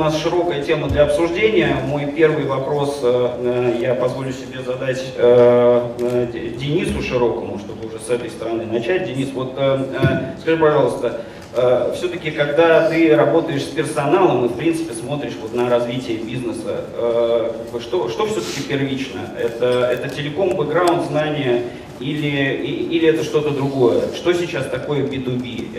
нас широкая тема для обсуждения. Мой первый вопрос я позволю себе задать Денису Широкому, чтобы уже с этой стороны начать. Денис, вот скажи, пожалуйста, все-таки, когда ты работаешь с персоналом и, в принципе, смотришь вот на развитие бизнеса, что все-таки первично? Это телеком, бэкграунд, знания или это что-то другое? Что сейчас такое B2B?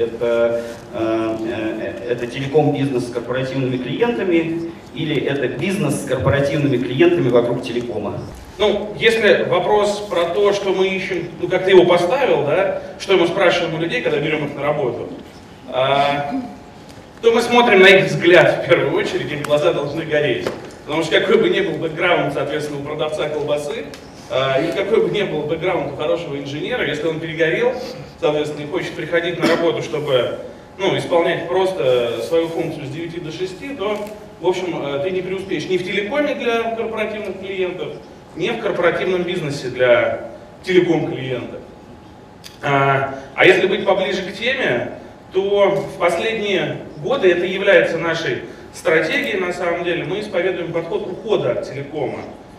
Это телеком-бизнес с корпоративными клиентами или это бизнес с корпоративными клиентами вокруг телекома? Ну, если вопрос про то, что мы ищем, ну, как ты его поставил, да, что мы спрашиваем у людей, когда берем их на работу, то мы смотрим на их взгляд в первую очередь, их глаза должны гореть. Потому что какой бы ни был бэкграунд, соответственно, у продавца колбасы, и какой бы ни был бэкграунд у хорошего инженера, если он перегорел, соответственно, и хочет приходить на работу, чтобы, ну, исполнять просто свою функцию с 9 до 6, то, в общем, ты не преуспеешь ни в телекоме для корпоративных клиентов, ни в корпоративном бизнесе для телеком-клиентов. А если быть поближе к теме, то в последние годы это является нашей стратегией, на самом деле. Мы исповедуем подход ухода от телекома.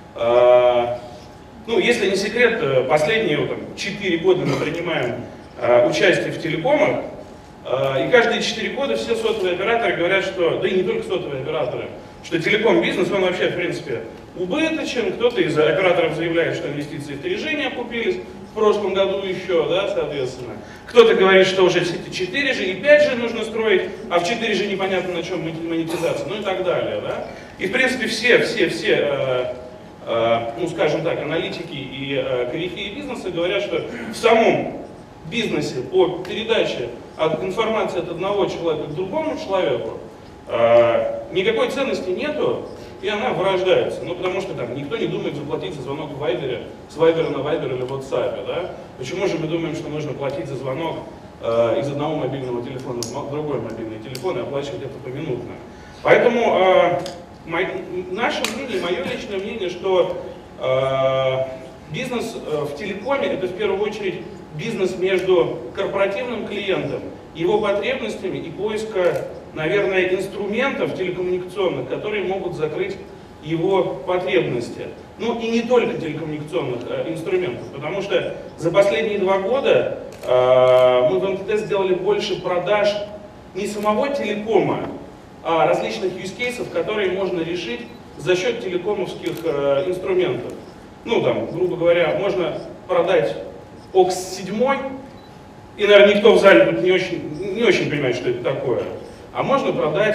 Ну, если не секрет, последние 4 года мы принимаем участие в телекомах, и каждые 4 года все сотовые операторы говорят, что, да и не только сотовые операторы, что телеком-бизнес, он вообще, в принципе, убыточен. Кто-то из операторов заявляет, что инвестиции в 3G не окупились в прошлом году еще, да, соответственно. Кто-то говорит, что уже сети 4G и 5G нужно строить, а в 4G непонятно на чем монетизация, ну и так далее, да. И, в принципе, все ну, скажем так, аналитики и корифеи бизнеса говорят, что в самом бизнесе по передаче информации от одного человека к другому человеку никакой ценности нету, и она вырождается. Ну, потому что там никто не думает заплатить за звонок в Вайбере, с Вайбера на Вайбер или в WhatsApp, да? Почему же мы думаем, что нужно платить за звонок из одного мобильного телефона в другой мобильный телефон и оплачивать это поминутно? Поэтому наше мнение, мое личное мнение, что бизнес в телекоме это в первую очередь бизнес между корпоративным клиентом, его потребностями и поиска, наверное, инструментов телекоммуникационных, которые могут закрыть его потребности. Ну и не только телекоммуникационных инструментов, потому что за последние 2 года мы в МТТ сделали больше продаж не самого телекома, а различных use-кейсов, которые можно решить за счет телекомовских инструментов. Ну, там, грубо говоря, можно продать ОКС-7, и, наверное, никто в зале тут не очень понимает, что это такое. А можно продать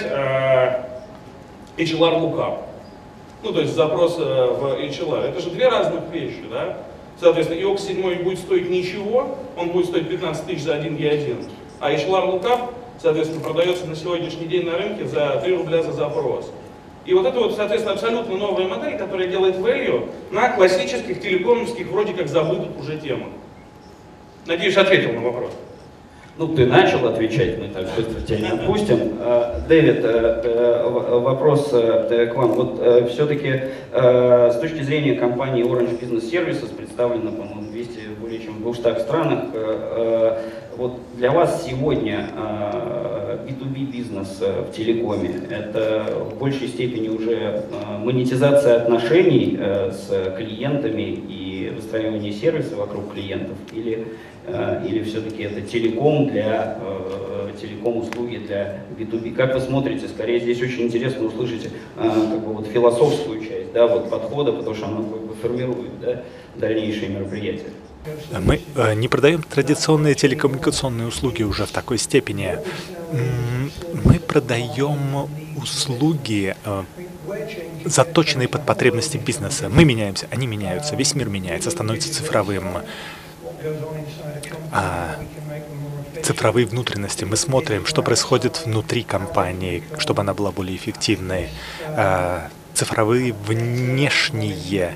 HLR Lookup. Ну, то есть запрос в HLR. Это же 2 разных вещи, да? Соответственно, и ОКС-7 будет стоить ничего, он будет стоить 15 тысяч за 1 E1. А HLR Lookup, соответственно, продается на сегодняшний день на рынке за 3 рубля за запрос. И вот это вот, соответственно, абсолютно новая модель, которая делает value на классических телекомовских, вроде как забытых уже темах. Надеюсь, ответил на вопрос. Ну, ты начал отвечать, мы так быстро тебя не отпустим. Дэвид, вопрос к вам. Вот все-таки с точки зрения компании Orange Business Services, представлена, по-моему, более чем в 200 странах, вот для вас сегодня B2B бизнес в телекоме — это в большей степени уже монетизация отношений с клиентами и выстраивание сервиса вокруг клиентов, или все-таки это телеком услуги для B2B? Как вы смотрите? Скорее, здесь очень интересно услышать как бы вот философскую часть, да, вот подхода, потому что она как бы формирует, да, дальнейшие мероприятия. Мы не продаем традиционные телекоммуникационные услуги уже в такой степени. Мы продаем услуги, заточенные под потребности бизнеса. Мы меняемся, они меняются, весь мир меняется, становится цифровым. Цифровые внутренности. Мы смотрим, что происходит внутри компании, чтобы она была более эффективной. Цифровые внешние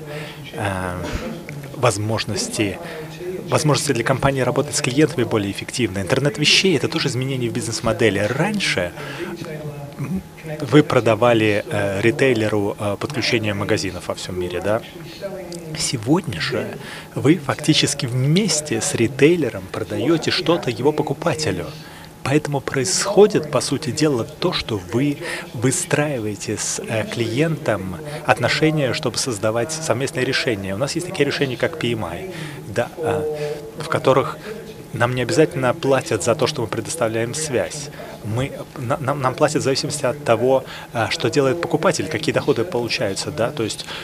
возможности для компании работать с клиентами более эффективно. Интернет вещей — это тоже изменение в бизнес-модели. Раньше вы продавали ритейлеру подключение магазинов во всем мире, да? Сегодня же вы фактически вместе с ритейлером продаете что-то его покупателю. Поэтому происходит, по сути дела, то, что вы выстраиваете с клиентом отношения, чтобы создавать совместные решения. У нас есть такие решения, как PMI, да, в которых нам не обязательно платят за то, что мы предоставляем связь. Нам платят в зависимости от того, что делает покупатель, какие доходы получаются. Да? То есть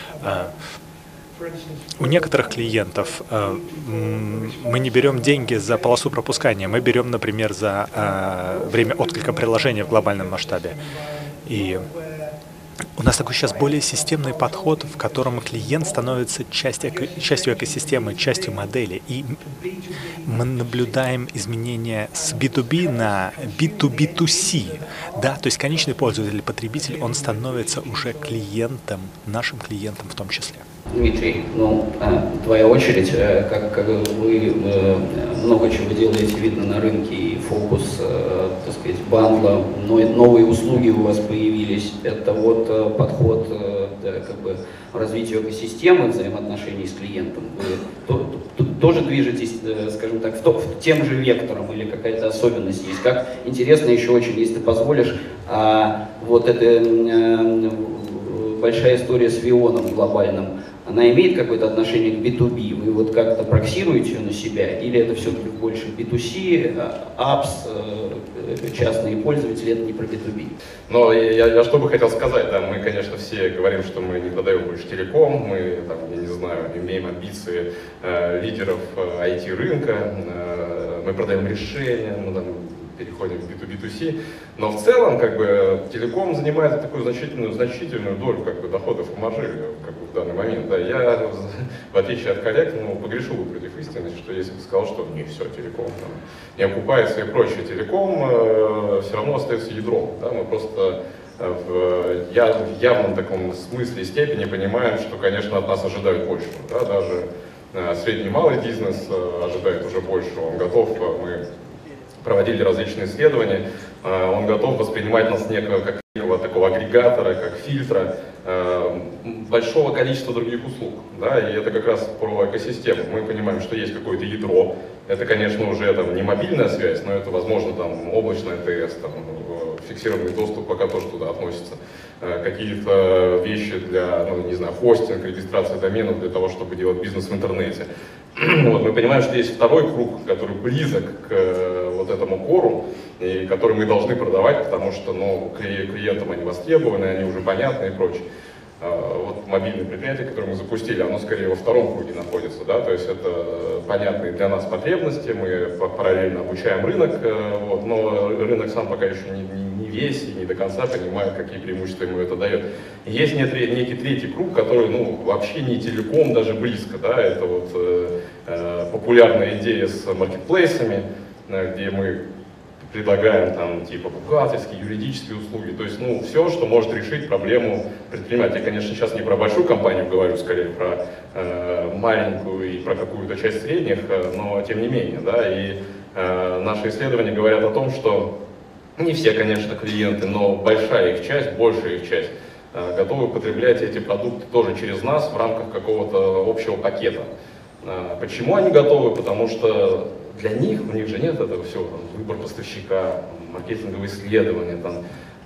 у некоторых клиентов мы не берем деньги за полосу пропускания, мы берем, например, за время отклика приложения в глобальном масштабе. И у нас такой сейчас более системный подход, в котором клиент становится частью экосистемы, частью модели. И мы наблюдаем изменения с B2B на B2B2C. Да? То есть конечный пользователь, потребитель, он становится уже клиентом, нашим клиентом в том числе. Дмитрий, твоя очередь, как вы много чего делаете, видно на рынке, и фокус, так сказать, бандла, новые услуги у вас появились, это вот подход как бы развитию экосистемы взаимоотношений с клиентом. Вы тоже движетесь, скажем так, тем же вектором или какая-то особенность есть? Как интересно еще очень, если ты позволишь, вот эта большая история с Вионом глобальным, она имеет какое-то отношение к B2B? Вы вот как-то проксируете ее на себя? Или это все-таки больше B2C, apps, частные пользователи, это не про B2B? Но я что бы хотел сказать, да, мы, конечно, все говорим, что мы не продаем больше телеком, мы, там, я не знаю, имеем амбиции лидеров IT-рынка, мы продаем решения, мы там переходим в B2B2C, но в целом, как бы, телеком занимает такую значительную долю, как бы, доходов и маржи, как бы, в данный момент. Да. Я, в отличие от коллег, погрешу против истины, что если бы сказал, что не все, телеком там, не окупается и прочее, телеком все равно остается ядром. Да. Мы просто в явном таком смысле и степени понимаем, что, конечно, от нас ожидают большего. Да. Даже средний и малый бизнес ожидает уже большего. Он готов, мы проводили различные исследования, он готов воспринимать нас как некого такого агрегатора, как фильтра большого количества других услуг. Да? И это как раз про экосистему. Мы понимаем, что есть какое-то ядро. Это, конечно, уже там, не мобильная связь, но это, возможно, там, облачная ТС, там, фиксированный доступ пока тоже туда относится. Какие-то вещи для, не знаю, хостинг, регистрация доменов для того, чтобы делать бизнес в интернете. Вот, мы понимаем, что есть второй круг, который близок к вот этому кору, и который мы должны продавать, потому что клиентам они востребованы, они уже понятны и прочее. Вот мобильное предприятие, которое мы запустили, оно скорее во втором круге находится, да, то есть это понятные для нас потребности, мы параллельно обучаем рынок, вот, но рынок сам пока еще не весь и не до конца понимает, какие преимущества ему это дает. И есть некий третий круг, который вообще не телеком даже близко, да, это вот популярная идея с маркетплейсами, где мы предлагаем там типа бухгалтерские, юридические услуги, то есть все, что может решить проблему предпринимателя. Я, конечно, сейчас не про большую компанию говорю, скорее про маленькую и про какую-то часть средних, но тем не менее, да, и наши исследования говорят о том, что не все, конечно, клиенты, но большая их часть, большая их часть готовы потреблять эти продукты тоже через нас в рамках какого-то общего пакета. Почему они готовы? Потому что для них, у них же нет этого всего, там, выбор поставщика, маркетинговые исследования, там,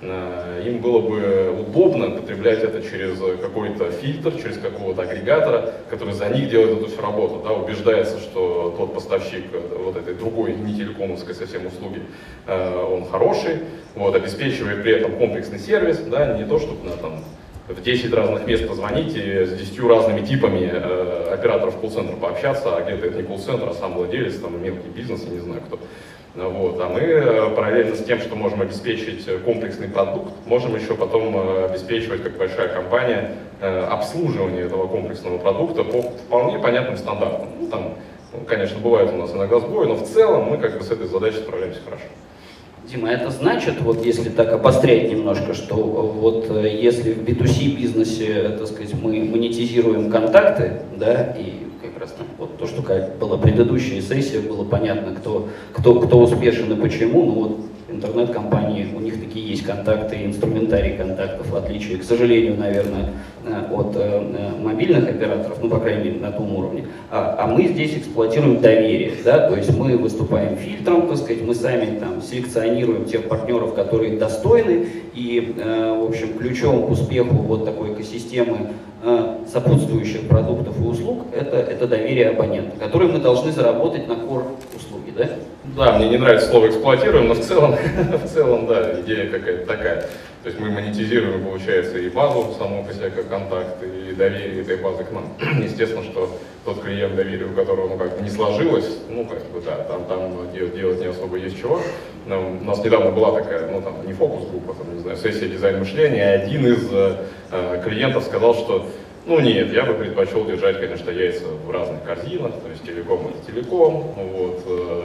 им было бы удобно потреблять это через какой-то фильтр, через какого-то агрегатора, который за них делает эту всю работу, да, убеждается, что тот поставщик вот этой другой, не телекомовской совсем услуги, он хороший, вот, обеспечивает при этом комплексный сервис, да, не то, чтобы там в 10 разных мест позвонить и с 10 разными типами операторов колл-центра пообщаться, а где-то это не колл-центр, а сам владелец, там, мелкий бизнес, я не знаю кто. Вот. А мы параллельно с тем, что можем обеспечить комплексный продукт, можем еще потом обеспечивать, как большая компания, обслуживание этого комплексного продукта по вполне понятным стандартам. Там, конечно, бывает у нас иногда сбои, но в целом мы как бы с этой задачей справляемся хорошо. Дима, это значит, вот если так обострять немножко, что вот если в B2C бизнесе, так сказать, мы монетизируем контакты, да, и как раз там вот то, что была предыдущая сессия, было понятно, кто успешен и почему, вот интернет-компании, у них такие есть контакты, инструментарий контактов, в отличие, к сожалению, наверное, от мобильных операторов, ну, по крайней мере, на том уровне, а мы здесь эксплуатируем доверие, да, то есть мы выступаем фильтром, так сказать, мы сами там селекционируем тех партнеров, которые достойны, и, в общем, ключом к успеху вот такой экосистемы сопутствующих продуктов и услуг это доверие абонента, которое мы должны заработать на core услуги, да? Да, мне не нравится слово «эксплуатируем», но в целом, да, идея какая-то такая. То есть мы монетизируем, получается, и базу саму по себе как контакт, и доверие этой базы к нам. Естественно, что тот клиент, доверие у которого ну, как бы не сложилось, ну, как бы, да, там делать не особо есть чего. У нас недавно была такая, ну, там, не фокус-группа, там, не знаю, сессия дизайн мышления, и один из клиентов сказал, что ну нет, я бы предпочел держать, конечно, яйца в разных корзинах, то есть телеком это телеком, вот,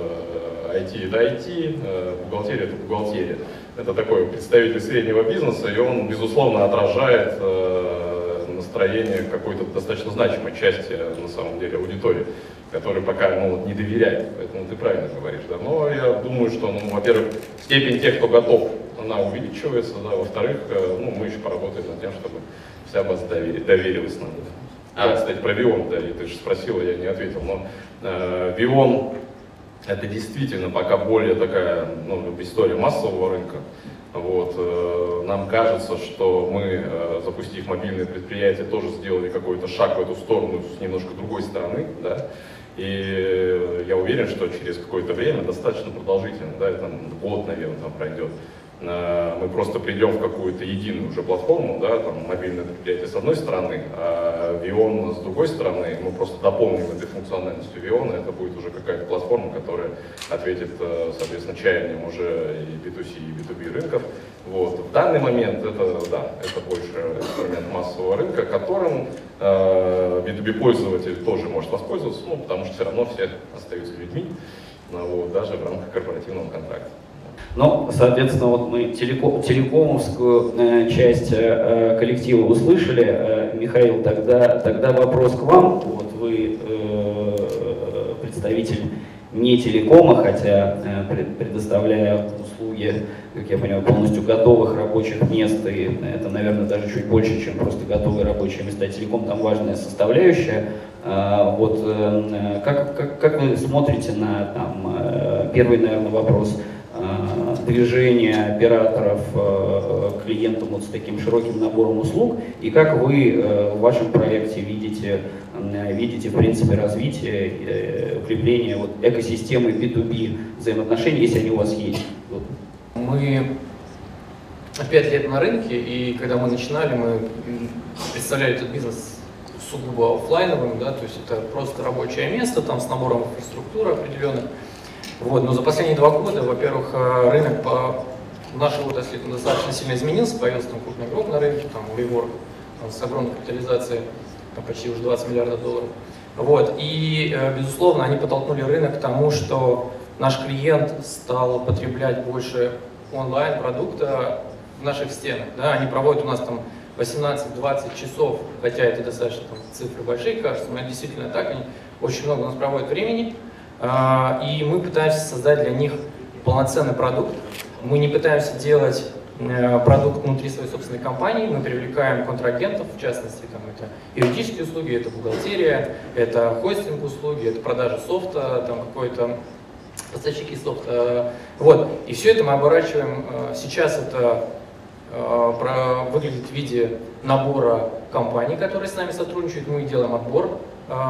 IT это IT, бухгалтерия это бухгалтерия. Это такой представитель среднего бизнеса, и он, безусловно, отражает настроение какой-то достаточно значимой части, на самом деле, аудитории, которой пока ну, не доверяет. Поэтому ты правильно говоришь. Да? Но я думаю, что, ну, во-первых, степень тех, кто готов, она увеличивается, да? Во-вторых, ну, мы еще поработаем над тем, чтобы вся база доверилась нам. Кстати, про Вион, да, ты же спросила, я не ответил, но Вион это действительно пока более такая ну, история массового рынка. Вот. Нам кажется, что мы, запустив мобильные предприятия, тоже сделали какой-то шаг в эту сторону с немножко другой стороны. Да? И я уверен, что через какое-то время, достаточно продолжительно, да, там, год, наверное, там пройдет, мы просто придем в какую-то единую уже платформу, да, там, мобильное предприятие с одной стороны, а Вион с другой стороны, мы просто дополним этой функциональностью Виона, это будет уже какая-то платформа, которая ответит, соответственно, чаяниям уже и B2C, и B2B рынков. Вот. В данный момент это, да, это больше инструмент массового рынка, которым B2B пользователь тоже может воспользоваться, ну, потому что все равно все остаются людьми, вот, даже в рамках корпоративного контракта. Ну, соответственно, вот мы телекомовскую часть коллектива услышали. Михаил, тогда вопрос к вам. Вот вы представитель не телекома, хотя предоставляя услуги, как я понимаю, полностью готовых рабочих мест, и это, наверное, даже чуть больше, чем просто готовые рабочие места. Телеком там важная составляющая. Вот как вы смотрите на там, первый, наверное, вопрос движение операторов к клиентам вот с таким широким набором услуг, и как вы в вашем проекте видите в принципе развитие, укрепление вот экосистемы B2B взаимоотношений, если они у вас есть? Вот. Мы 5 лет на рынке, и когда мы начинали, мы представляли этот бизнес сугубо офлайновым, да, то есть это просто рабочее место там с набором инфраструктуры определенных. Вот, но за последние 2 года, во-первых, рынок по нашей отрасли достаточно сильно изменился, появился там крупный игрок на рынке, там WeWork, с огромной капитализацией, там, почти уже 20 миллиардов долларов. Вот, и, безусловно, они подтолкнули рынок к тому, что наш клиент стал потреблять больше онлайн-продукта в наших стенах. Да? Они проводят у нас там 18-20 часов, хотя это достаточно там, цифры большие, кажется, но это действительно так, они очень много у нас проводят времени. И мы пытаемся создать для них полноценный продукт. Мы не пытаемся делать продукт внутри своей собственной компании, мы привлекаем контрагентов, в частности, там, это юридические услуги, это бухгалтерия, это хостинг услуги, это продажа софта, там какой-то поставщики софта. Вот. И все это мы оборачиваем. Сейчас это выглядит в виде набора компаний, которые с нами сотрудничают, мы делаем отбор.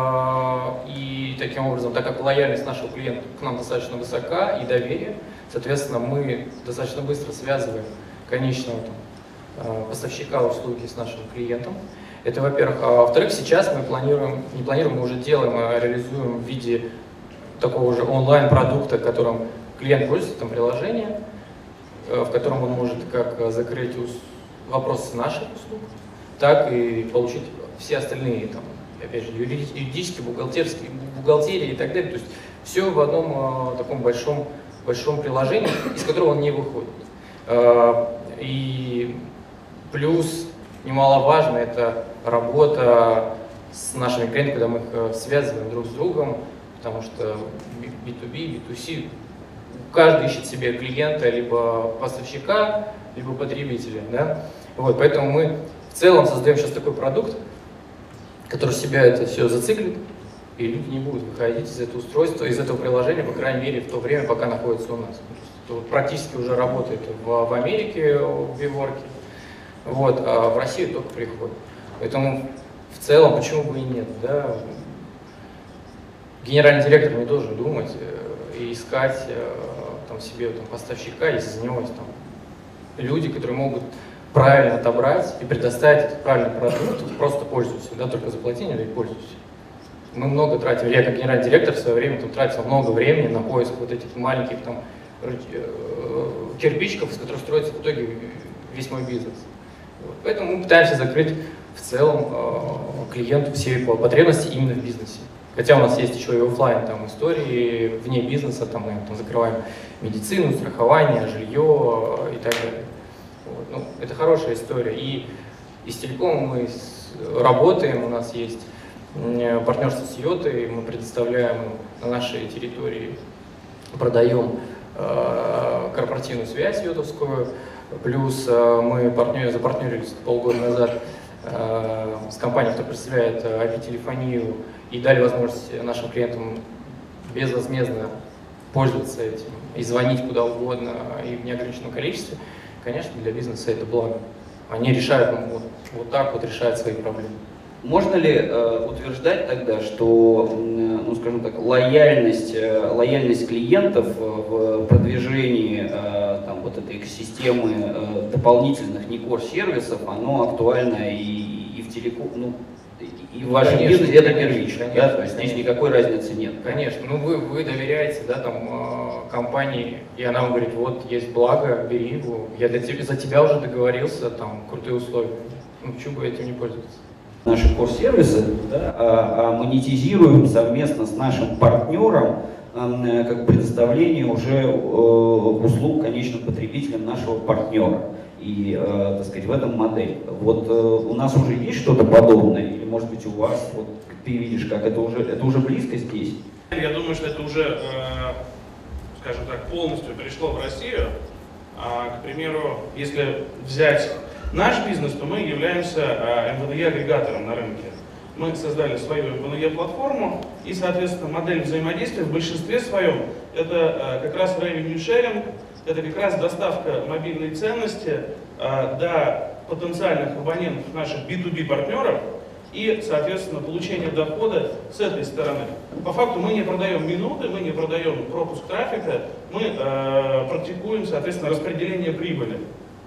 И таким образом, так как лояльность нашего клиента к нам достаточно высока и доверие, соответственно, мы достаточно быстро связываем конечного там, поставщика услуги с нашим клиентом. Это, во-первых. А во-вторых, сейчас мы мы уже делаем, реализуем в виде такого же онлайн-продукта, которым клиент пользуется, там приложение, в котором он может как закрыть вопросы наших услуг, так и получить все остальные там, опять же, юридические, бухгалтерии и так далее. То есть все в одном таком большом приложении, из которого он не выходит. И плюс, немаловажно, это работа с нашими клиентами, когда мы их связываем друг с другом, потому что B2B, B2C, каждый ищет себе клиента, либо поставщика, либо потребителя. Да? Вот, поэтому мы в целом создаем сейчас такой продукт, который себя это все зациклит, и люди не будут выходить из этого устройства, из этого приложения, по крайней мере, в то время, пока находится у нас. Это вот практически уже работает в Америке, в WeWork, вот, а в Россию только приходит. Поэтому в целом, почему бы и нет, да? Генеральный директор не должен думать и искать там, себе там, поставщика, если за него есть там, люди, которые могут правильно отобрать и предоставить этот правильный продукт, просто пользуйся, да, только заплати и пользуйся. Мы много тратим, я как генеральный директор в свое время там, тратил много времени на поиск вот этих маленьких там, кирпичиков, из которых строится в итоге весь мой бизнес. Вот. Поэтому мы пытаемся закрыть в целом клиенту все его потребности именно в бизнесе. Хотя у нас есть еще и офлайн там, истории вне бизнеса, там, мы там, закрываем медицину, страхование, жилье и так далее. Вот. Ну, это хорошая история. И с телекомом мы работаем, у нас есть партнерство с Йотой, мы предоставляем на нашей территории, продаем корпоративную связь йотовскую, плюс мы запартнерились полгода назад с компанией, которая представляет IP-телефонию, и дали возможность нашим клиентам безвозмездно пользоваться этим и звонить куда угодно и в неограниченном количестве. Конечно, для бизнеса это благо. Они решают, вот так вот решают свои проблемы. Можно ли утверждать тогда, что, ну, скажем так, лояльность клиентов в продвижении там, вот этой экосистемы дополнительных не-кор-сервисов, оно актуально и в телеком, ну, и в вашем бизнесе это первично, конечно, да? То есть здесь никакой разницы нет. Конечно, ну вы доверяете, да, там, компании, и она вам говорит, вот есть благо, бери его, я за тебя уже договорился, там, крутые условия, ну почему бы этим не пользоваться? Наши core-сервисы, да, монетизируем совместно с нашим партнером как предоставление уже услуг конечным потребителям нашего партнера. И, так сказать, в этом модель. Вот у нас уже есть что-то подобное, или, может быть, у вас, вот ты видишь, как это уже близко здесь? Я думаю, что это уже, скажем так, полностью пришло в Россию. К примеру, если взять наш бизнес, то мы являемся МВНЕ-агрегатором на рынке. Мы создали свою МВНЕ-платформу, и, соответственно, модель взаимодействия в большинстве своем это как раз revenue sharing, это как раз доставка мобильной ценности до потенциальных абонентов наших B2B партнеров и, соответственно, получение дохода с этой стороны. По факту мы не продаем минуты, мы не продаем пропуск трафика, мы практикуем, соответственно, распределение прибыли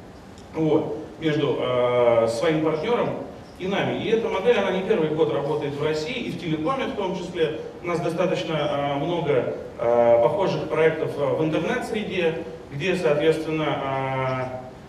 вот, между своим партнером и нами. И эта модель, она не первый год работает в России, и в телекоме в том числе. У нас достаточно много похожих проектов в интернет-среде, где, соответственно,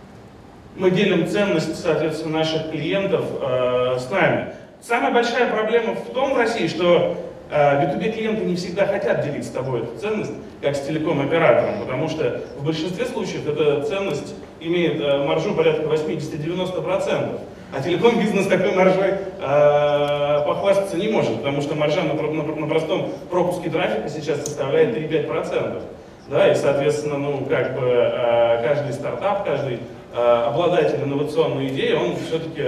мы делим ценность, соответственно, наших клиентов с нами. Самая большая проблема в том в России, что B2B клиенты не всегда хотят делить с тобой эту ценность, как с телеком-оператором, потому что в большинстве случаев эта ценность имеет маржу порядка 80-90%. А телеком-бизнес такой маржой похвастаться не может, потому что маржа на простом пропуске трафика сейчас составляет 3-5%. Да, и, соответственно, ну, как бы, каждый стартап, каждый обладатель инновационной идеи, он все-таки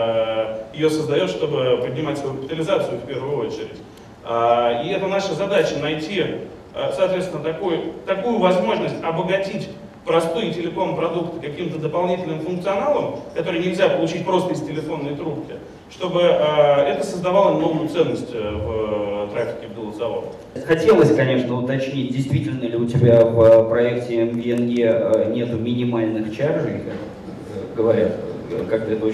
ее создает, чтобы поднимать свою капитализацию в первую очередь. И это наша задача найти, соответственно, такую возможность обогатить простые телеком-продукты каким-то дополнительным функционалом, который нельзя получить просто из телефонной трубки, чтобы это создавало новую ценность в трафике голосового. Хотелось, конечно, уточнить, действительно ли у тебя в проекте МВНЕ нету минимальных чаржей, как говорят, как-то это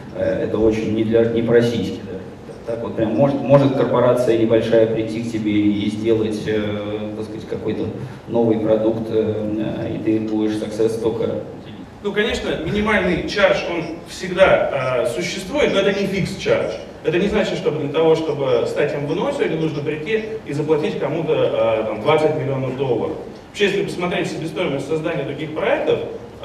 очень не по-российски. Да? Так вот прям может корпорация небольшая прийти к тебе и сделать, так сказать, какой-то новый продукт, и ты будешь success только. Ну, конечно, минимальный чардж, он всегда существует, но это не фикс чардж. Это не значит, что для того, чтобы стать МВНО, сегодня нужно прийти и заплатить кому-то 20 миллионов долларов. Вообще, если посмотреть себестоимость создания таких проектов,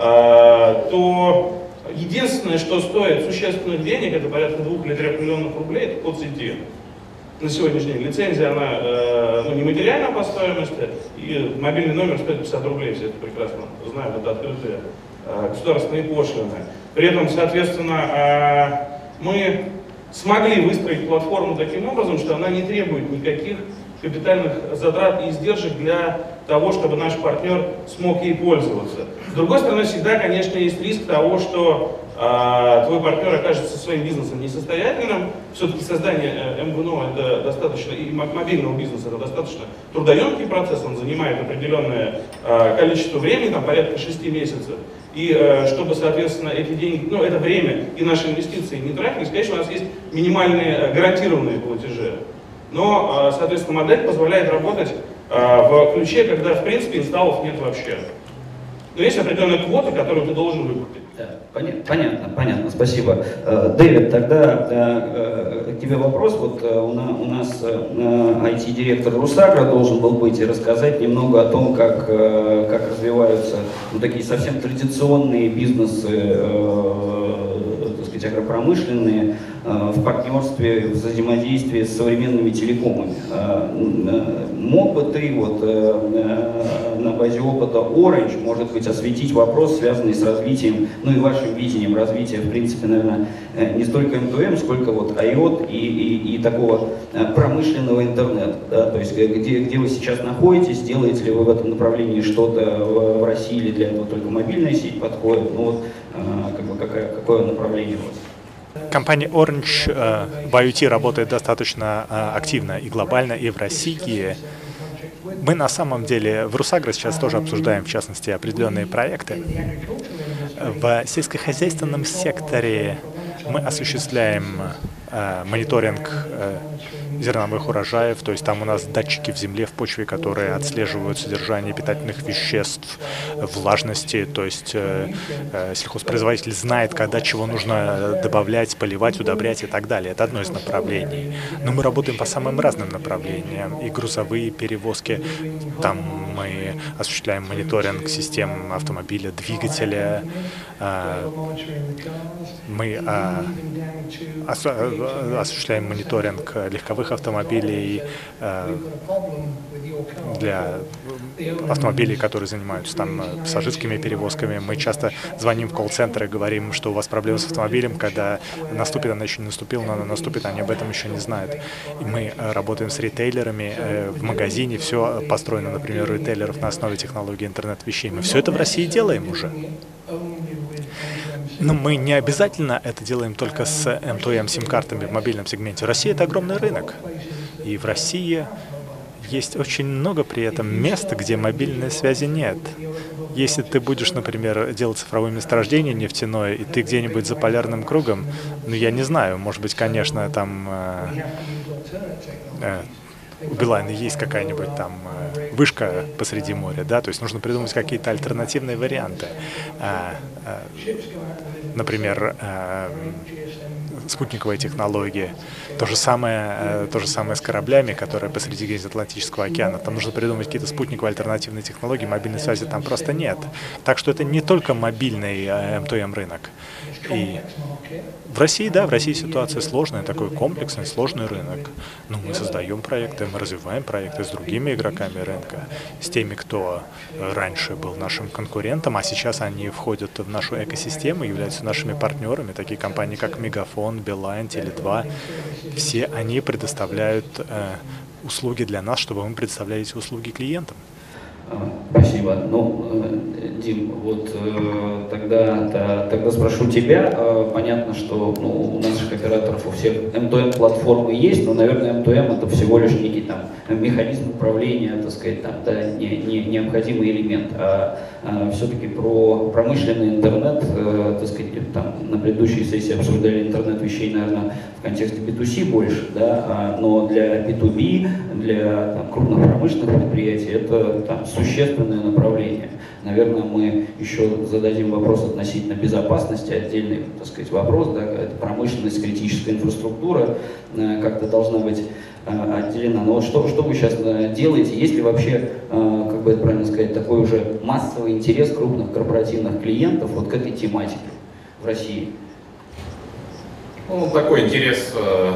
то единственное, что стоит существенных денег, это порядка 2 или 3 миллионов рублей, это код сети. На сегодняшний день лицензия, она нематериальна по стоимости, и мобильный номер стоит 50 рублей, все это прекрасно знают, это открытые государственные пошлины. При этом, соответственно, мы смогли выстроить платформу таким образом, что она не требует никаких капитальных затрат и издержек для того, чтобы наш партнер смог ей пользоваться. С другой стороны, всегда, конечно, есть риск того, что твой партнер окажется своим бизнесом несостоятельным. Все-таки создание МВНО это достаточно, и мобильного бизнеса это достаточно трудоемкий процесс, он занимает определенное количество времени, там порядка 6 месяцев. И чтобы, соответственно, эти деньги, ну, это время и наши инвестиции не тратились, конечно, у нас есть минимальные гарантированные платежи. Но, соответственно, модель позволяет работать в ключе, когда, в принципе, инсталлов нет вообще. Но есть определенная квота, которую ты должен выкупить. Да, понятно, спасибо. Дэвид, тогда к тебе вопрос. Вот у нас IT-директор Русагра должен был быть и рассказать немного о том, как развиваются такие совсем традиционные бизнесы, так сказать, агропромышленные, в партнерстве, в взаимодействии с современными телекомами. Мог бы ты вот на базе опыта Orange, может быть, осветить вопрос, связанный с развитием, ну и вашим видением развития, в принципе, наверное, не столько M2M, сколько вот IoT и такого промышленного интернета, да? То есть где вы сейчас находитесь, делаете ли вы в этом направлении что-то в России, или для этого только мобильная сеть подходит, ну вот как бы какое направление у вас? Компания Orange в IoT работает достаточно активно и глобально, и в России. Мы на самом деле в Русагра сейчас тоже обсуждаем, в частности, определенные проекты. В сельскохозяйственном секторе мы осуществляем мониторинг зерновых урожаев, то есть там у нас датчики в земле, в почве, которые отслеживают содержание питательных веществ, влажности, то есть сельхозпроизводитель знает, когда чего нужно добавлять, поливать, удобрять и так далее. Это одно из направлений. Но мы работаем по самым разным направлениям. И грузовые перевозки, там мы осуществляем мониторинг систем автомобиля, двигателя, мы осуществляем мониторинг легковых автомобилей для автомобилей, которые занимаются там пассажирскими перевозками. Мы часто звоним в колл-центр и говорим, что у вас проблемы с автомобилем, когда наступит, она еще не наступила, но она наступит, они об этом еще не знают. И мы работаем с ритейлерами в магазине, все построено, например, у ритейлеров на основе технологии интернет-вещей. Мы все это в России делаем уже. Но мы не обязательно это делаем только с M2M сим-картами в мобильном сегменте. Россия — это огромный рынок. И в России есть очень много при этом мест, где мобильной связи нет. Если ты будешь, например, делать цифровое месторождение нефтяное, и ты где-нибудь за полярным кругом, ну, я не знаю, может быть, конечно, там у Билайна есть какая-нибудь там вышка посреди моря, да, то есть нужно придумать какие-то альтернативные варианты. Например, спутниковая технология. То же самое с кораблями, которые посреди Атлантического океана. Там нужно придумать какие-то спутниковые альтернативные технологии, мобильной связи там просто нет. Так что это не только мобильный M2M рынок. И в России, да, в России ситуация сложная, такой комплексный, сложный рынок. Но мы создаем проекты, мы развиваем проекты с другими игроками рынка, с теми, кто раньше был нашим конкурентом, а сейчас они входят в нашу экосистему, являются нашими партнерами, такие компании, как Мегафон, Билайн, Теле2. Все они предоставляют услуги для нас, чтобы мы предоставляли эти услуги клиентам. Спасибо. Ну, Дим, вот тогда спрошу тебя. Понятно, что у наших операторов у всех M2M платформы есть, но, наверное, M2M это всего лишь некий там механизм управления, так сказать, там, да, необходимый элемент. Все-таки про промышленный интернет, так сказать, там, на предыдущей сессии обсуждали интернет вещей, наверное, в контексте B2C больше, да, но для B2B, для там, крупных промышленных предприятий это там, существенное направление. Наверное, мы еще зададим вопрос относительно безопасности, отдельный, так сказать, вопрос, да, это промышленность, критическая инфраструктура как-то должна быть отделена. Но вот что вы сейчас делаете? Есть ли вообще, как бы это правильно сказать, такой уже массовый интерес крупных корпоративных клиентов вот к этой тематике в России? Ну, такой интерес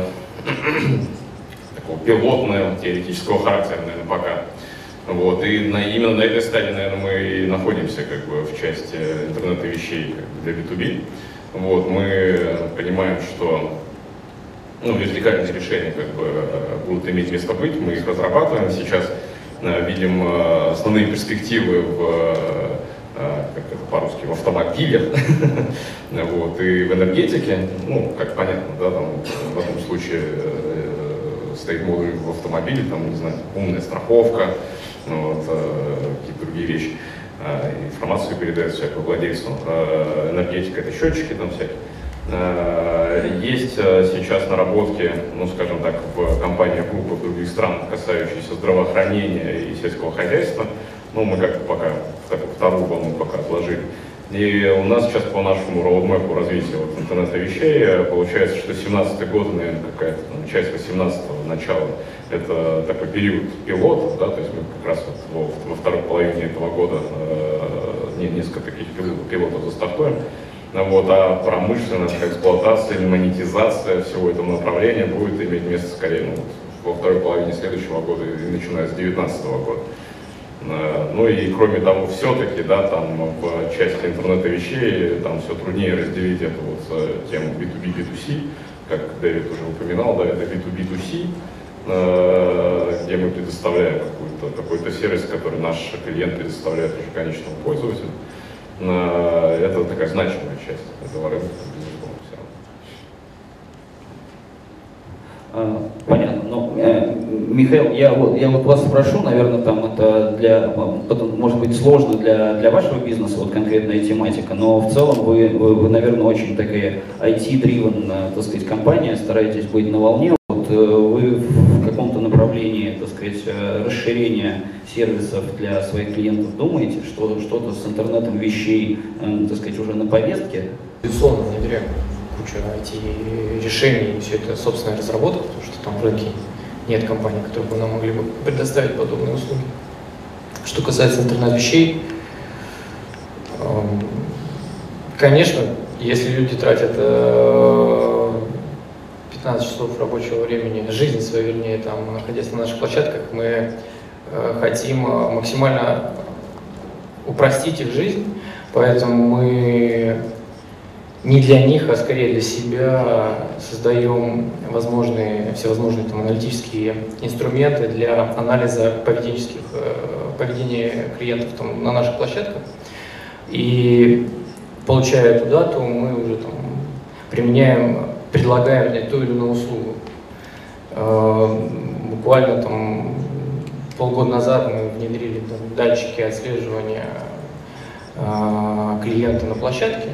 такого пилотного, теоретического характера, наверное, пока. Вот, и именно на этой стадии, наверное, мы и находимся как бы в части интернета вещей как бы, для B2B. Вот, мы понимаем, что вертикальные решения будут иметь место быть, мы их разрабатываем. Сейчас видим основные перспективы как это по-русски, в автомобилях вот, и в энергетике. Как понятно, да, там, в этом случае стоит модуль в автомобиле, там, не знаю, умная страховка, какие-то другие вещи. Информацию передает всякую владельцу. Энергетика — это счетчики там всякие. Есть сейчас наработки, скажем так, в компаниях группы в других странах, касающиеся здравоохранения и сельского хозяйства. Мы как-то пока вторую волну пока отложили. И у нас сейчас по нашему роудмэпу развития интернета вещей получается, что 17-й год, наверное, какая-то часть 18-го начала, это такой период пилотов, да, то есть мы как раз во второй половине этого года несколько таких пилотов застартуем. А промышленность, эксплуатация, монетизация всего этого направления будет иметь место скорее во второй половине следующего года и начиная с 2019 года. И кроме того, все-таки, да, там в части интернета вещей там все труднее разделить эту тему B2B, B2C, как Дэвид уже упоминал, да, это B2B2C, где мы предоставляем какой-то сервис, который наш клиент предоставляет уже конечному пользователю. Это такая значимая часть этого рынка, безусловно, все равно. Понятно. Михаил, я вас спрошу, наверное, там это может быть сложно для вашего бизнеса, конкретная тематика, но в целом вы наверное, очень такая IT-driven, так сказать, компания, стараетесь быть на волне. Вы в каком-то направлении, так сказать, расширения сервисов для своих клиентов думаете, что что-то с интернетом вещей, так сказать, уже на повестке? Безусловно, внедряем кучу IT-решений, и все это собственная разработка, потому что там в рынке нет компаний, которые бы нам могли бы предоставить подобные услуги. Что касается интернет-вещей, конечно, если люди тратят 15 часов рабочего времени, жизни своей, вернее, там, находясь на наших площадках, мы хотим максимально упростить их жизнь, поэтому мы не для них, а скорее для себя создаем всевозможные там, аналитические инструменты для анализа поведения клиентов там, на наших площадках. И получая эту дату, мы уже там, предлагаем ту или иную услугу. Буквально там, полгода назад мы внедрили там, датчики отслеживания клиента на площадке.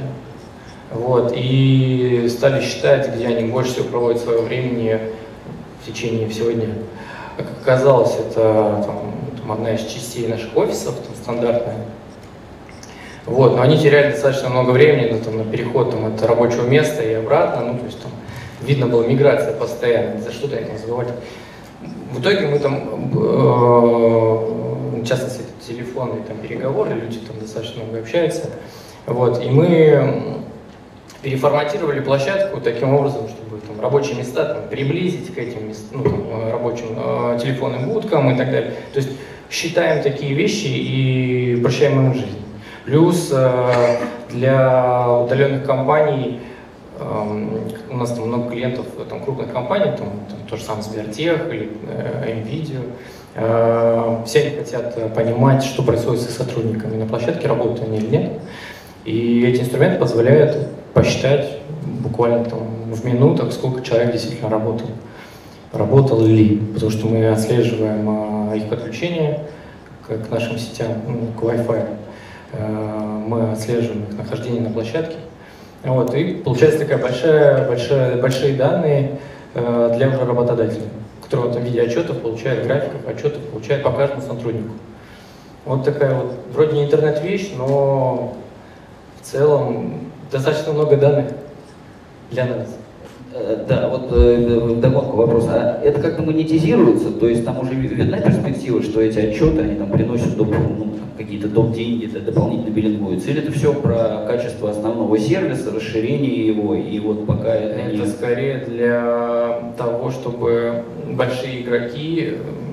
И стали считать, где они больше всего проводят свое времени в течение всего дня. Как оказалось, это там, одна из частей наших офисов, там, стандартная. Но они теряли достаточно много времени на переход от рабочего места и обратно. То есть там видно была миграция постоянно, за что-то они забывали. В итоге мы там, в частности, телефонные там, переговоры, люди там достаточно много общаются. И мы переформатировали площадку таким образом, чтобы там, рабочие места там, приблизить к этим рабочим телефонным будкам и так далее. То есть считаем такие вещи и упрощаем им жизнь. Плюс для удаленных компаний, у нас там много клиентов там, крупных компаний, там то же самое Сбертех или NVIDIA, все они хотят понимать, что происходит с их сотрудниками, на площадке работают они или нет. И эти инструменты позволяют посчитать буквально там, в минутах, сколько человек действительно работал ли, потому что мы отслеживаем их подключение к нашим сетям, к Wi-Fi. Мы отслеживаем их нахождение на площадке. И получается такая большие данные для уже работодателя, который в виде отчетов получает, графиков отчетов получает по каждому сотруднику. Такая вроде не интернет-вещь, но в целом достаточно много данных для нас. Да, вдогонку вопрос. А это как-то монетизируется? То есть там уже видна перспектива, что эти отчеты, они там приносят какие-то доп-деньги, дополнительно биллингуются? Или это все про качество основного сервиса, расширение его, и пока это скорее для того, чтобы большие игроки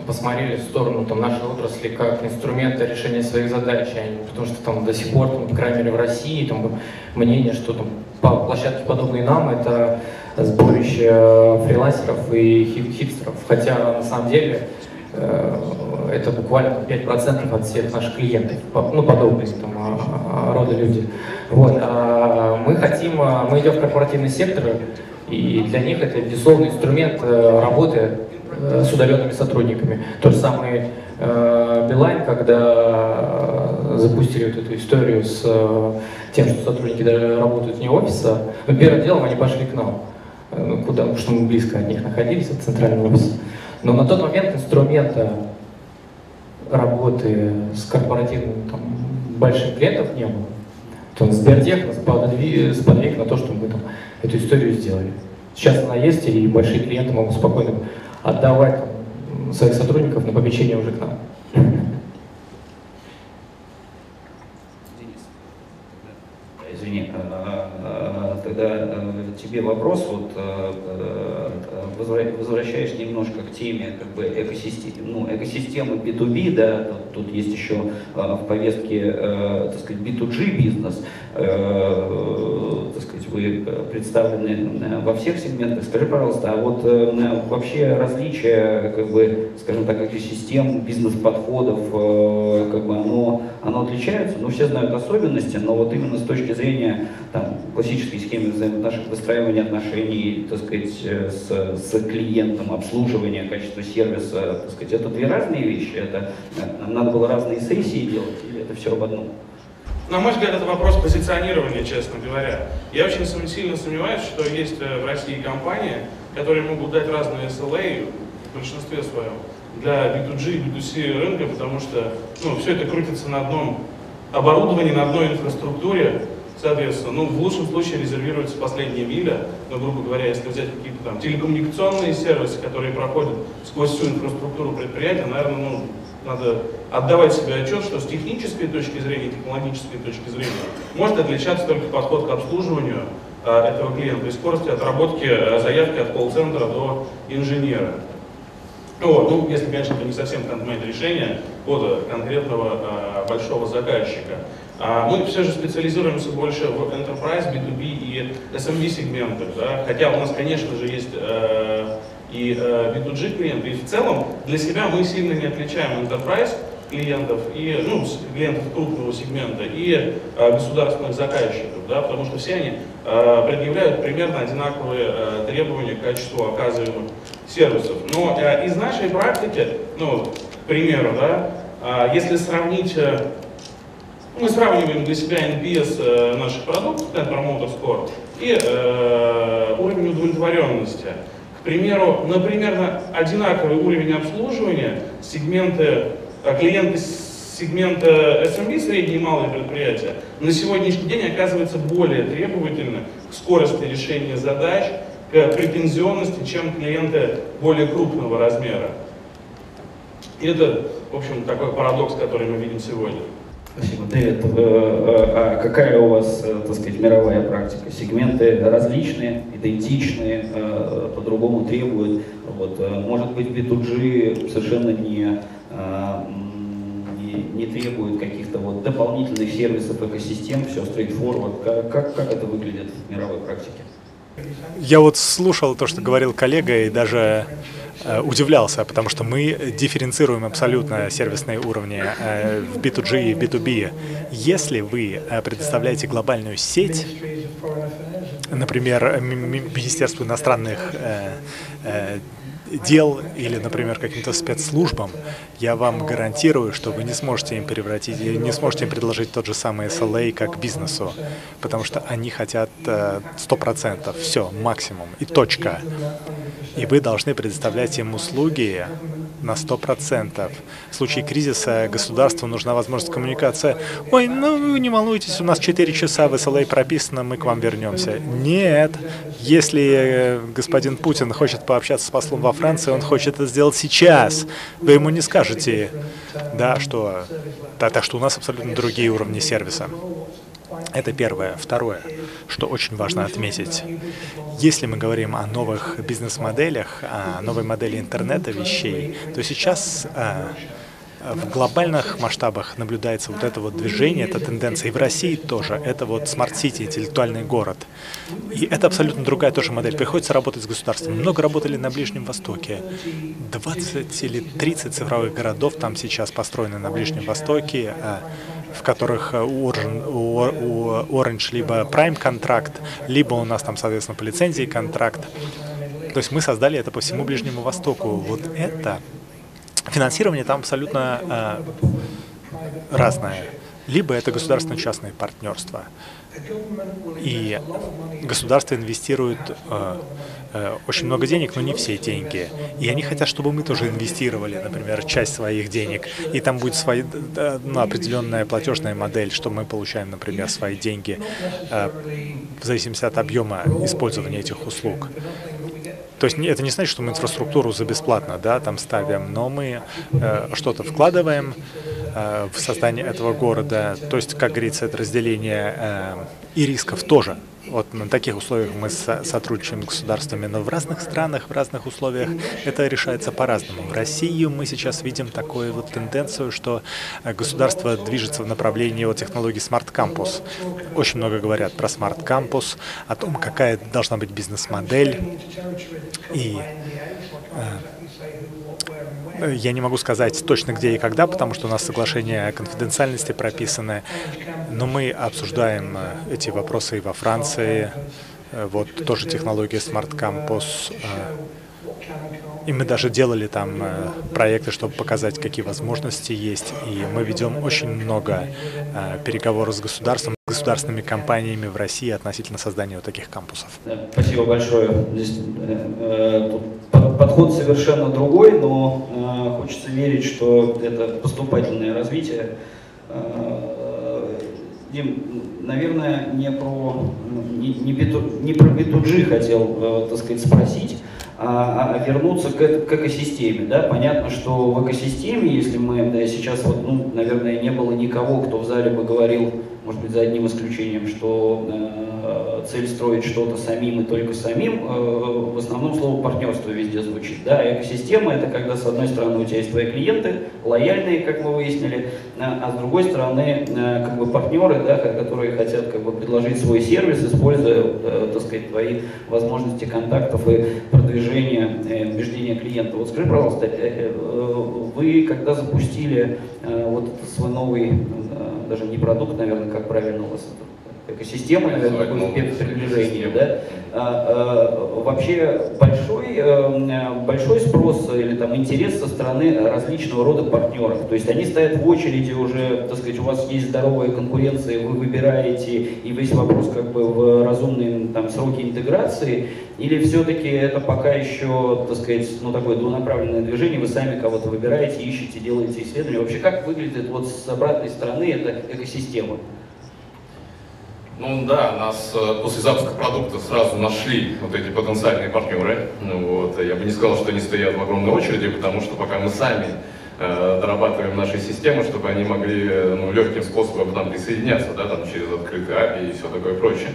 посмотрели в сторону там, нашей отрасли как инструмента решения своих задач, потому что там до сих пор, по крайней мере в России, там, мнение, что там, площадки, подобные нам, это сборище фрилансеров и хипстеров, хотя на самом деле это буквально 5% от всех наших клиентов, ну, подобные там, рода люди. Вот. Мы идем в корпоративный сектор, и для них это, безусловно, инструмент работы с удаленными сотрудниками. Тот же самый Билайн, когда запустили вот эту историю с тем, что сотрудники даже работают вне офиса, но первым делом они пошли к нам, куда, потому что мы близко от них находились, от центрального офиса. Но на тот момент инструмента работы с корпоративным там, большим клиентом не было. То Сбертех нас сподвиг на то, что мы там эту историю сделали. Сейчас она есть, и большие клиенты могут спокойно отдавать там, своих сотрудников на попечение уже к нам. Извини, тогда тебе вопрос, вот, возвращаешь немножко к теме как бы, экосистемы B2B, да, тут есть еще в повестке, так сказать, B2G бизнес, так сказать, вы представлены во всех сегментах. Скажи, пожалуйста, а вот вообще различия, как бы, скажем так, экосистем, бизнес-подходов, как бы оно отличается? Ну, все знают особенности, но вот именно с точки зрения там, классической схемы выстраивания отношений, так сказать, с клиентом, обслуживания, качества сервиса, так сказать, это две разные вещи. Это нам надо было разные сессии делать, или это все об одном? На мой взгляд, это вопрос позиционирования, честно говоря. Я очень сильно сомневаюсь, что есть в России компании, которые могут дать разные SLA в большинстве своем для B2G и B2C рынка, потому что все это крутится на одном оборудовании, на одной инфраструктуре. Соответственно, в лучшем случае резервируется последняя миля, но, грубо говоря, если взять какие-то там телекоммуникационные сервисы, которые проходят сквозь всю инфраструктуру предприятия, наверное, надо отдавать себе отчет, что с технической точки зрения, технологической точки зрения, может отличаться только подход к обслуживанию этого клиента и скорости отработки заявки от колл-центра до инженера. Если, конечно, это не совсем хендмейд решение от конкретного большого заказчика. Мы все же специализируемся больше в Enterprise, B2B и SMB сегментах, да? Хотя у нас, конечно же, есть и B2G клиенты, и в целом для себя мы сильно не отличаем Enterprise клиентов, и, клиентов крупного сегмента и государственных заказчиков, да? Потому что все они предъявляют примерно одинаковые требования к качеству оказываемых сервисов. Но из нашей практики, к примеру, да, если сравнить, мы сравниваем для себя NPS наших продуктов, Net Promoter Score, и уровень удовлетворенности. К примеру, на примерно одинаковый уровень обслуживания клиенты сегмента SMB, средние и малые предприятия, на сегодняшний день оказываются более требовательны к скорости решения задач, к претензионности, чем клиенты более крупного размера. И это, в общем, такой парадокс, который мы видим сегодня. Спасибо, Дэвид. А какая у вас, так сказать, мировая практика? Сегменты различные, идентичные, по-другому требуют. Может быть, B2G совершенно не требует каких-то дополнительных сервисов, экосистем, все straightforward. Как это выглядит в мировой практике? Я слушал то, что говорил коллега, и даже удивлялся, потому что мы дифференцируем абсолютно сервисные уровни в B2G и B2B. Если вы предоставляете глобальную сеть, например, Министерству иностранных дел или, например, каким-то спецслужбам, я вам гарантирую, что вы не сможете им предложить тот же самый SLA, как бизнесу, потому что они хотят 100%, все, максимум, и точка. И вы должны предоставлять им услуги на 100%. В случае кризиса государству нужна возможность коммуникации. Ой, вы не волнуйтесь, у нас 4 часа в SLA прописано, мы к вам вернемся. Нет. Если господин Путин хочет пообщаться с послом во Франции, он хочет это сделать сейчас. Вы ему не скажете, так что у нас абсолютно другие уровни сервиса. Это первое. Второе, что очень важно отметить. Если мы говорим о новых бизнес-моделях, о новой модели интернета вещей, то сейчас в глобальных масштабах наблюдается вот это вот движение, эта тенденция, и в России тоже, это вот Smart City, интеллектуальный город. И это абсолютно другая тоже модель. Приходится работать с государством. Много работали на Ближнем Востоке. 20 или 30 цифровых городов там сейчас построены на Ближнем Востоке, в которых у Orange либо Prime контракт, либо у нас там, соответственно, по лицензии контракт. То есть мы создали это по всему Ближнему Востоку. Вот это финансирование там абсолютно разное. Либо это государственно-частные партнерства. И государство инвестирует очень много денег, но не все деньги. И они хотят, чтобы мы тоже инвестировали, например, часть своих денег. И там будет определенная платежная модель, что мы получаем, например, свои деньги в зависимости от объема использования этих услуг. То есть это не значит, что мы инфраструктуру за бесплатно, да, там ставим, но мы что-то вкладываем в создание этого города. То есть, как говорится, это разделение и рисков тоже. Вот на таких условиях мы сотрудничаем с государствами, но в разных странах, в разных условиях это решается по-разному. В России мы сейчас видим такую вот тенденцию, что государство движется в направлении вот технологии Smart Campus. Очень много говорят про Smart Campus, о том, какая должна быть бизнес-модель. И я не могу сказать точно где и когда, потому что у нас соглашение о конфиденциальности прописаны, но мы обсуждаем эти вопросы и во Франции, вот тоже технология Smart Campus, и мы даже делали там проекты, чтобы показать, какие возможности есть, и мы ведем очень много переговоров с государством, государственными компаниями в России относительно создания вот таких кампусов. Спасибо большое. Здесь подход совершенно другой, но хочется верить, что это поступательное развитие. Дим, наверное, не про B2G хотел, так сказать, спросить, а вернуться к экосистеме. Да? Понятно, что в экосистеме, если мы сейчас, вот, наверное, не было никого, кто в зале бы говорил, может быть, за одним исключением, что цель строить что-то самим и только самим, в основном слово партнерство везде звучит. Да? Экосистема — это когда, с одной стороны, у тебя есть твои клиенты, лояльные, как мы выяснили, а с другой стороны, как бы партнеры, да, которые хотят как бы предложить свой сервис, используя, так сказать, твои возможности контактов и продвижения, убеждения клиента. Вот скажи, пожалуйста, вы когда запустили вот этот свой новый, даже не продукт, наверное, как правильно у вас это, экосистема, наверное, такое приближение, да? Вообще большой спрос или там интерес со стороны различного рода партнеров. То есть они стоят в очереди уже, так сказать, у вас есть здоровая конкуренция, вы выбираете, и весь вопрос как бы в разумные там сроки интеграции, или все-таки это пока еще, так сказать, такое двунаправленное движение, вы сами кого-то выбираете, ищете, делаете исследования. Вообще как выглядит вот с обратной стороны эта экосистема? Ну да, нас после запуска продукта сразу нашли вот эти потенциальные партнеры. Я бы не сказал, что они стоят в огромной очереди, потому что пока мы сами дорабатываем наши системы, чтобы они могли легким способом к нам присоединяться, да, там, через открытые API и все такое прочее.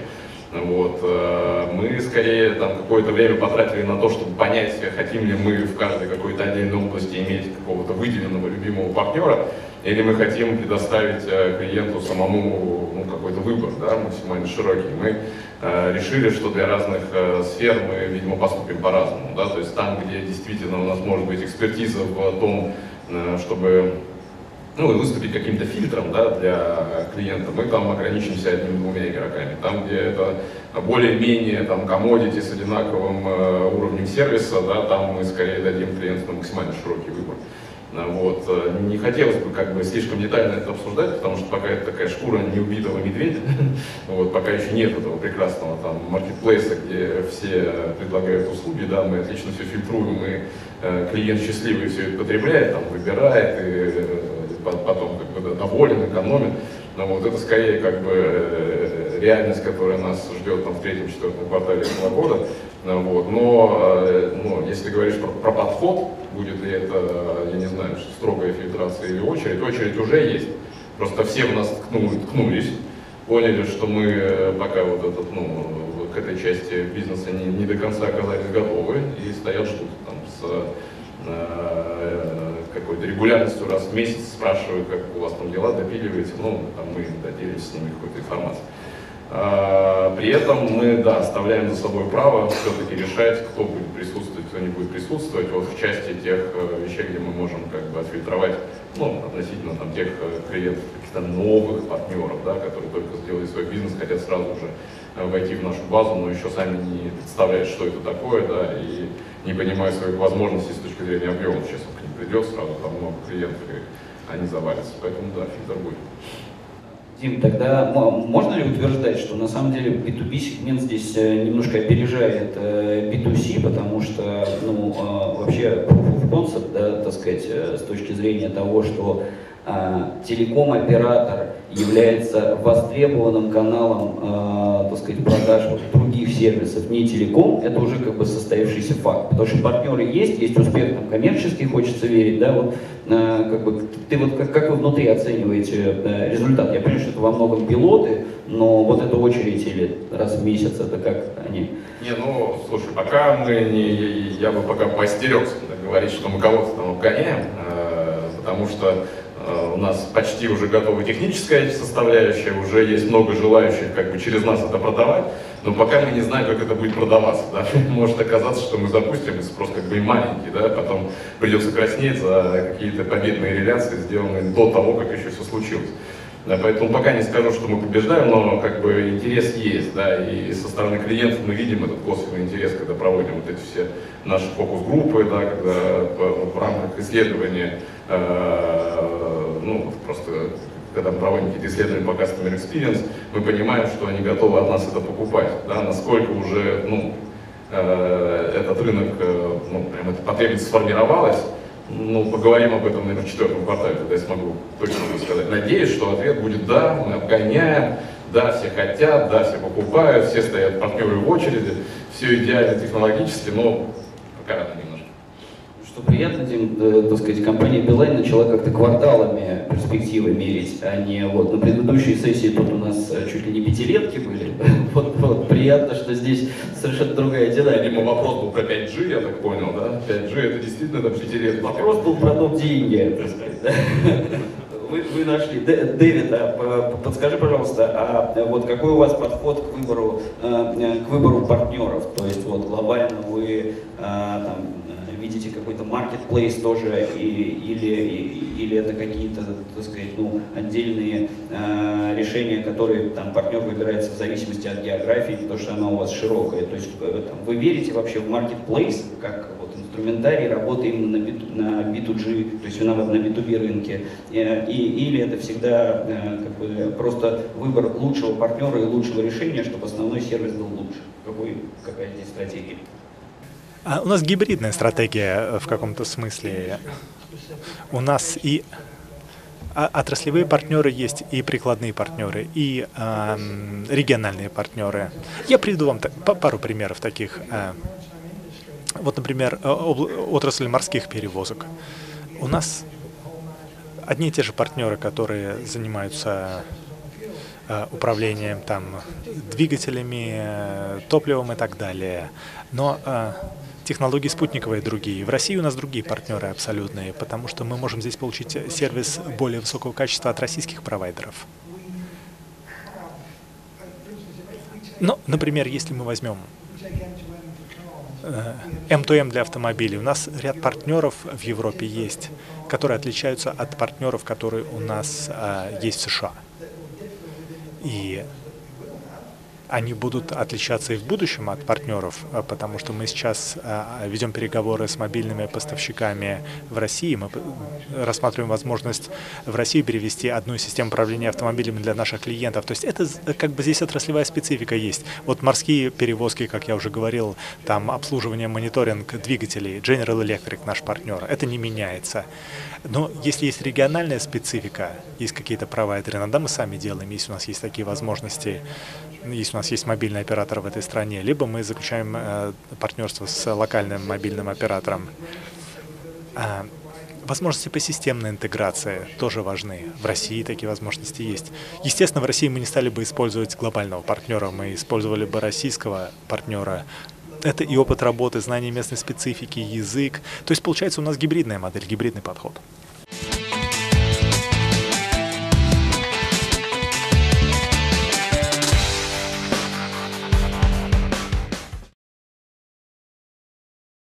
Мы скорее какое-то время потратили на то, чтобы понять, хотим ли мы в каждой какой-то отдельной области иметь какого-то выделенного любимого партнера, или мы хотим предоставить клиенту самому какой-то выбор, да, максимально широкий. Мы решили, что для разных сфер мы, видимо, поступим по-разному. Да? То есть там, где действительно у нас может быть экспертиза в том, чтобы выступить каким-то фильтром, да, для клиента, мы там ограничимся одним-двумя игроками. Там, где это более-менее commodity с одинаковым уровнем сервиса, да, там мы скорее дадим клиенту максимально широкий выбор. Не хотелось бы слишком детально это обсуждать, потому что пока это такая шкура неубитого медведя, пока еще нет этого прекрасного маркетплейса, где все предлагают услуги, да, мы отлично все фильтруем, и клиент счастливый все это потребляет, выбирает, и потом доволен, экономит. Это скорее реальность, которая нас ждет в третьем-четвертом квартале этого года. Но если говоришь про подход, будет ли это, я не знаю, строгая фильтрация или очередь уже есть. Просто все в нас ткнулись, поняли, что мы пока вот этот, ну, к этой части бизнеса не до конца оказались готовы и стоят, ждут там с какой-то регулярностью раз в месяц, спрашивают, как у вас там дела, допиливаете, ну, там мы делимся с ними какой-то информацией. При этом мы, да, оставляем за собой право все-таки решать, кто будет присутствовать, кто не будет присутствовать, вот в части тех вещей, где мы можем как бы отфильтровать, ну, относительно там тех клиентов, каких-то новых партнеров, да, которые только сделали свой бизнес, хотят сразу же войти в нашу базу, но еще сами не представляют, что это такое, да, и не понимают своих возможностей с точки зрения объема. Сейчас он к ним придет, сразу там много клиентов, и они завалятся. Поэтому, да, фильтр будет. Дим, тогда можно ли утверждать, что на самом деле B2B сегмент здесь немножко опережает B2C, потому что, ну, вообще proof of concept, да, так сказать, с точки зрения того, что телеком-оператор является востребованным каналом, так сказать, продаж других сервисов, не телеком, это уже как бы состоявшийся факт, потому что партнеры есть успех там коммерческий, хочется верить, да, вот, как бы, ты вот как вы внутри оцениваете результат? Я понимаю, что это во многом пилоты, но вот эта очередь или раз в месяц, это как они? Не, ну, слушай, пока мы не, я бы пока поостерегся говорить, что мы кого-то там обгоняем, потому что у нас почти уже готова техническая составляющая, уже есть много желающих как бы через нас это продавать, но пока мы не знаем, как это будет продаваться. Да? Может оказаться, что мы запустим, если просто как бы и маленький, да? Потом придется краснеть за какие-то победные реляции, сделанные до того, как еще все случилось. Да, поэтому пока не скажу, что мы побеждаем, но как бы интерес есть, да, и со стороны клиентов мы видим этот косвенный интерес, когда проводим вот эти все наши фокус-группы, да, когда в рамках исследования, ну, просто когда мы проводим какие-то исследования по Customer Experience, мы понимаем, что они готовы от нас это покупать, да, насколько уже, ну, этот рынок, ну, прям эта потребность сформировалась. Ну, поговорим об этом, наверное, в 4-м квартале, тогда я смогу точно сказать. Надеюсь, что ответ будет да, мы обгоняем, да, все хотят, да, все покупают, все стоят партнеры в очереди, все идеально технологически, но пока рано немножко. Что приятно, Дим, так сказать, компания Beeline начала как-то кварталами перспективы мерить, а не вот на предыдущей сессии тут у нас чуть ли не пятилетки были. Вот приятно, что здесь совершенно другая динамика. Видимо, вопрос был про 5G, я так понял, да? 5G это действительно там пятилетки. Вопрос был про топ-деньги, так сказать. Вы нашли. Дэвид, подскажи, пожалуйста, а вот какой у вас подход к выбору партнеров? То есть вот глобально вы там видите какой-то marketplace тоже, или это какие-то, так сказать, ну, отдельные решения, которые там партнер выбирается в зависимости от географии, потому что она у вас широкая. То есть там, вы верите вообще в marketplace, как вот инструментарий работы именно на B2G, то есть на B2B рынке, или это всегда как бы просто выбор лучшего партнера и лучшего решения, чтобы основной сервис был лучше? Какая здесь стратегия? У нас гибридная стратегия в каком-то смысле. У нас и отраслевые партнеры есть, и прикладные партнеры, и региональные партнеры. Я приведу вам пару примеров таких. Вот, например, отрасль морских перевозок. У нас одни и те же партнеры, которые занимаются управлением там, двигателями, топливом и так далее. Но технологии спутниковые другие. В России у нас другие партнеры абсолютные, потому что мы можем здесь получить сервис более высокого качества от российских провайдеров. Ну, например, если мы возьмем M2M для автомобилей, у нас ряд партнеров в Европе есть, которые отличаются от партнеров, которые у нас есть в США. И они будут отличаться и в будущем от партнеров, потому что мы сейчас ведем переговоры с мобильными поставщиками в России. Мы рассматриваем возможность в Россию перевести одну систему управления автомобилями для наших клиентов. То есть это как бы здесь отраслевая специфика есть. Вот морские перевозки, как я уже говорил, там обслуживание, мониторинг двигателей, General Electric наш партнер, это не меняется. Но если есть региональная специфика, есть какие-то провайдеры, иногда мы сами делаем, если у нас есть такие возможности, если у нас есть мобильный оператор в этой стране, либо мы заключаем партнерство с локальным мобильным оператором. Возможности по системной интеграции тоже важны. В России такие возможности есть. Естественно, в России мы не стали бы использовать глобального партнера, мы использовали бы российского партнера. Это и опыт работы, знание местной специфики, язык. То есть получается у нас гибридная модель, гибридный подход.